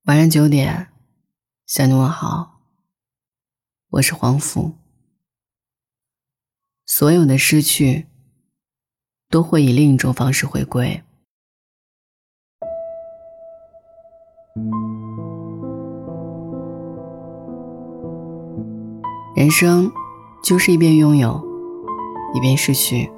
晚上9点，向你问好，我是黄甫。所有的失去都会以另一种方式回归。人生就是一边拥有，一边失去。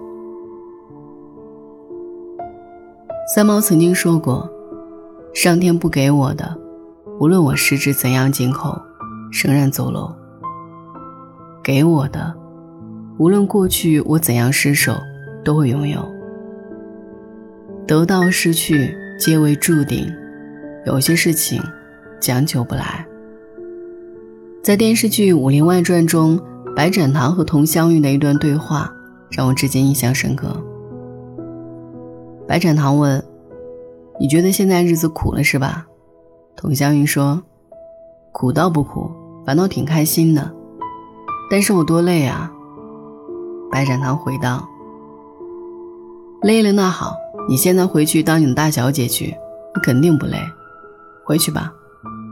三毛曾经说过，上天不给我的，无论我十指怎样紧扣，仍然走漏；给我的，无论过去我怎样失手，都会拥有。得到失去皆为注定，有些事情将就不来。在电视剧《武林外传》中，白展堂和佟湘玉的一段对话让我至今印象深刻。白展堂问：你觉得现在日子苦了是吧？佟湘玉说：苦倒不苦，反倒挺开心的，但是我多累啊。白展堂回道：累了那好，你现在回去当你的大小姐去，你肯定不累，回去吧。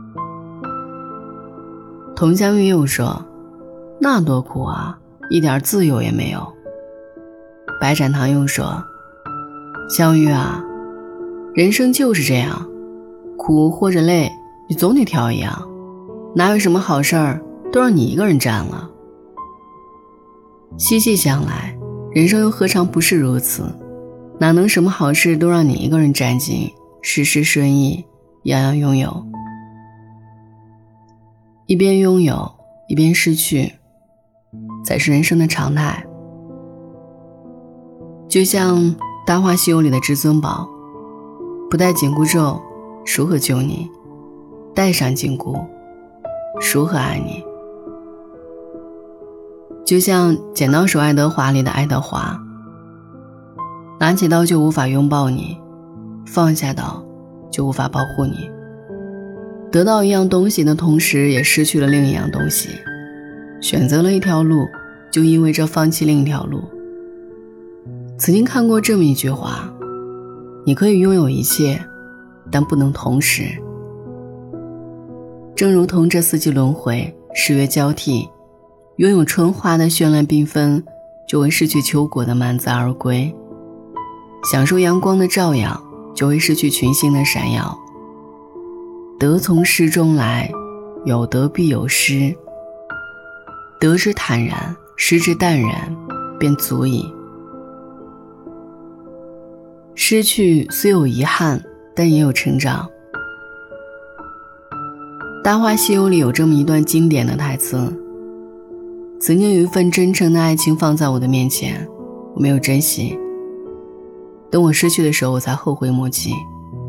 佟湘玉又说：那多苦啊，一点自由也没有。白展堂又说：湘玉啊，人生就是这样，苦或者累你总得挑一样，哪有什么好事儿都让你一个人占了。细细想来，人生又何尝不是如此，哪能什么好事都让你一个人占尽，事事顺意，样样拥有。一边拥有一边失去，才是人生的常态。就像《大话西游》里的至尊宝，不带紧箍咒如何救你，带上紧箍如何爱你。就像剪刀手爱德华里的爱德华，拿起刀就无法拥抱你，放下刀就无法保护你。得到一样东西的同时也失去了另一样东西，选择了一条路就意味着放弃另一条路。曾经看过这么一句话，你可以拥有一切，但不能同时。正如同这四季轮回，四月交替，拥有春花的绚烂缤纷，就会失去秋果的满载而归；享受阳光的照耀，就会失去群星的闪耀。得从失中来，有得必有失，得之坦然，失之淡然，便足矣。失去虽有遗憾，但也有成长。《大话西游》里有这么一段经典的台词：曾经有一份真诚的爱情放在我的面前，我没有珍惜，等我失去的时候我才后悔莫及。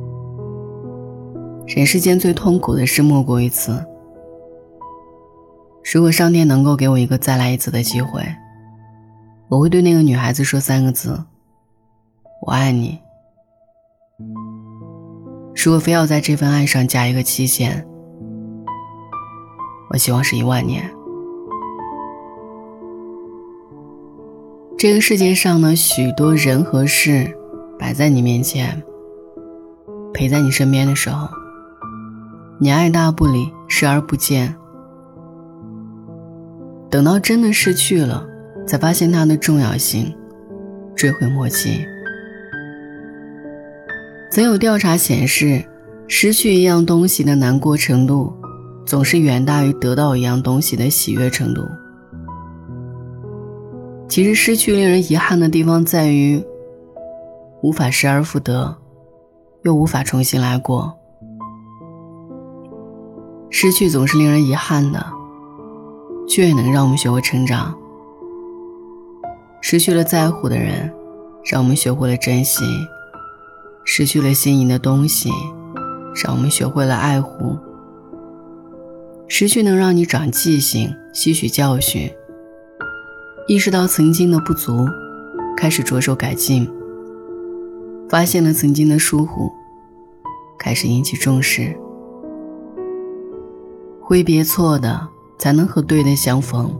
人世间最痛苦的事莫过于此。如果上天能够给我一个再来一次的机会，我会对那个女孩子说3个字：我爱你。如果非要在这份爱上加一个期限，我希望是10000年。这个世界上呢，许多人和事摆在你面前，陪在你身边的时候，你爱答不理，视而不见。等到真的失去了，才发现它的重要性，追悔莫及。曾有调查显示，失去一样东西的难过程度，总是远大于得到一样东西的喜悦程度。其实失去令人遗憾的地方在于，无法失而复得，又无法重新来过。失去总是令人遗憾的，却也能让我们学会成长。失去了在乎的人，让我们学会了珍惜；失去了心仪的东西，让我们学会了爱护。失去能让你长记性，吸取教训，意识到曾经的不足，开始着手改进，发现了曾经的疏忽，开始引起重视。挥别错的，才能和对的相逢；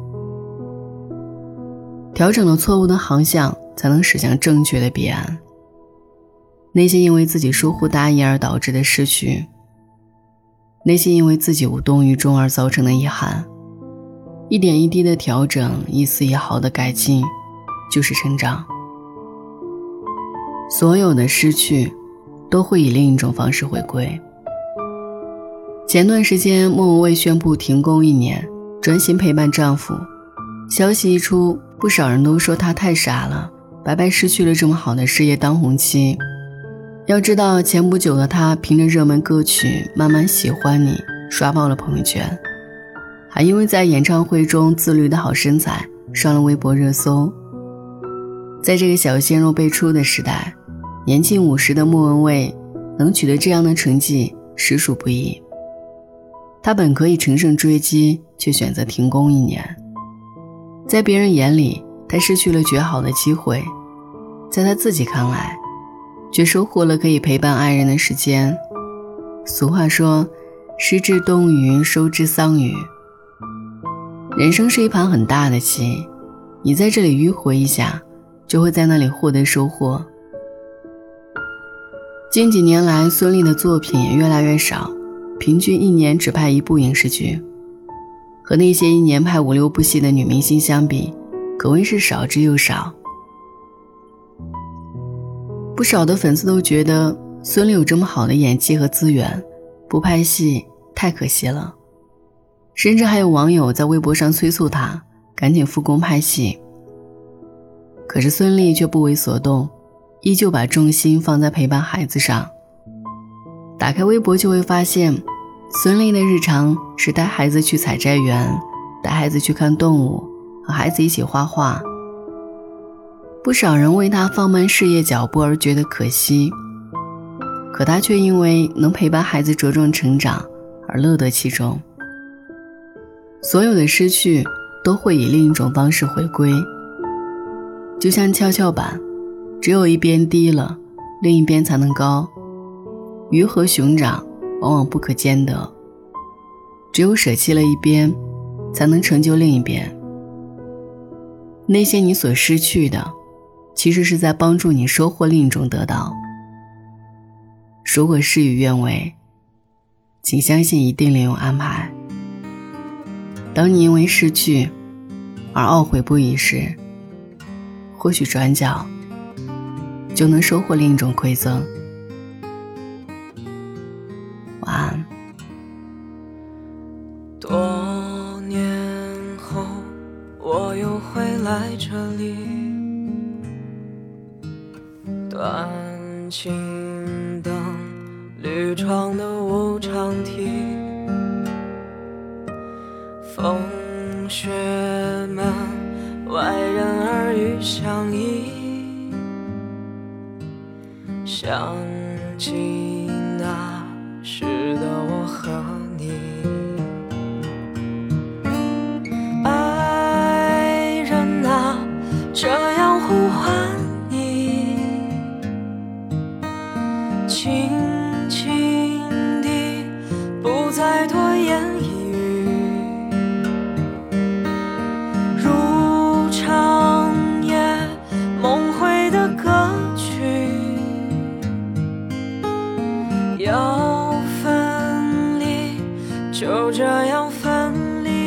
调整了错误的航向，才能驶向正确的彼岸。那些因为自己疏忽大意而导致的失去， 那些因为自己无动于衷而造成的遗憾，一点一滴的调整，一丝一毫的改进，就是成长。所有的失去都会以另一种方式回归。前段时间莫文蔚宣布停工1年，专心陪伴丈夫。消息一出，不少人都说她太傻了，白白失去了这么好的事业当红期。要知道前不久的她凭着热门歌曲《慢慢喜欢你》刷爆了朋友圈，还因为在演唱会中自律的好身材上了微博热搜。在这个小鲜肉辈出的时代，年近50的莫文蔚能取得这样的成绩实属不易。她本可以乘胜追击，却选择停工1年。在别人眼里，她失去了绝好的机会，在她自己看来，却收获了可以陪伴爱人的时间。俗话说，失之东隅，收之桑榆。人生是一盘很大的棋，你在这里迂回一下，就会在那里获得收获。近几年来，孙俪的作品也越来越少，平均1年只拍1部影视剧，和那些1年拍5、6部戏的女明星相比，可谓是少之又少。不少的粉丝都觉得孙俪有这么好的演技和资源，不拍戏太可惜了，甚至还有网友在微博上催促她赶紧复工拍戏。可是孙俪却不为所动，依旧把重心放在陪伴孩子上。打开微博就会发现，孙俪的日常是带孩子去采摘园，带孩子去看动物，和孩子一起画画。不少人为她放慢事业脚步而觉得可惜，可她却因为能陪伴孩子茁壮成长而乐得其中。所有的失去都会以另一种方式回归，就像跷跷板，只有一边低了，另一边才能高。鱼和熊掌往往不可兼得，只有舍弃了一边，才能成就另一边。那些你所失去的，其实是在帮助你收获另一种得到。如果事与愿违，请相信一定另有安排。当你因为失去而懊悔不已时，或许转角就能收获另一种馈赠。晚安。 多年后，我又回来这里，短青灯，绿窗的无常题，风雪门，外人耳语相依，想起那时的我和你，爱人啊，这样呼唤你，轻轻地，不再多言一语，如长夜梦回的歌曲，要分离，就这样分离。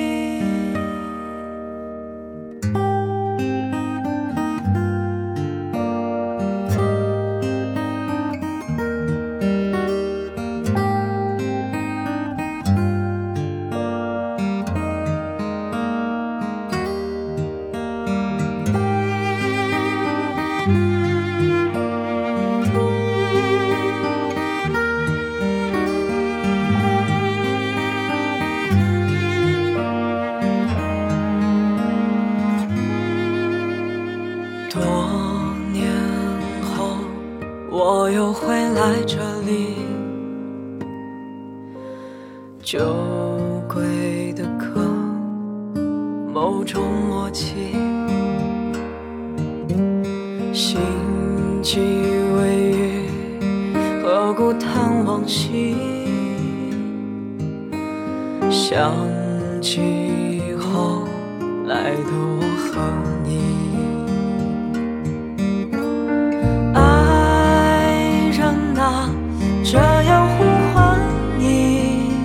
多年后，我又回来这里，旧归的歌，某种默契，心悸微雨，何故叹往昔，想起后来的我和你，这样呼唤你，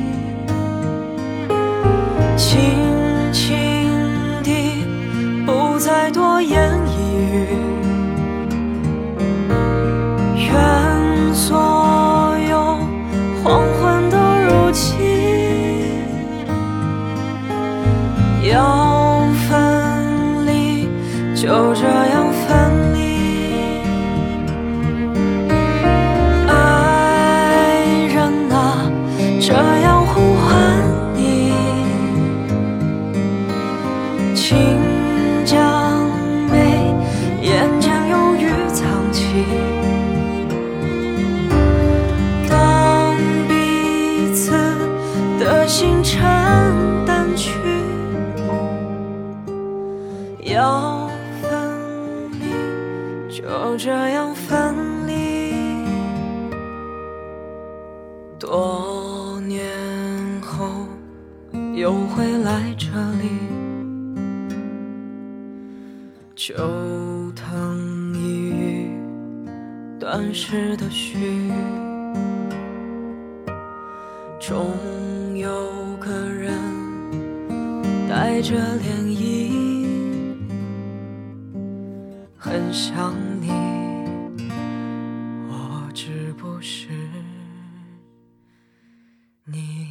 这样呼唤你，请将眉眼间忧郁藏起。当彼此的心沉淡去，要分离，就这样分离。多年后又回来这里，旧藤一语，断时的绪，终有个人带着涟漪，很想你，我只不是你。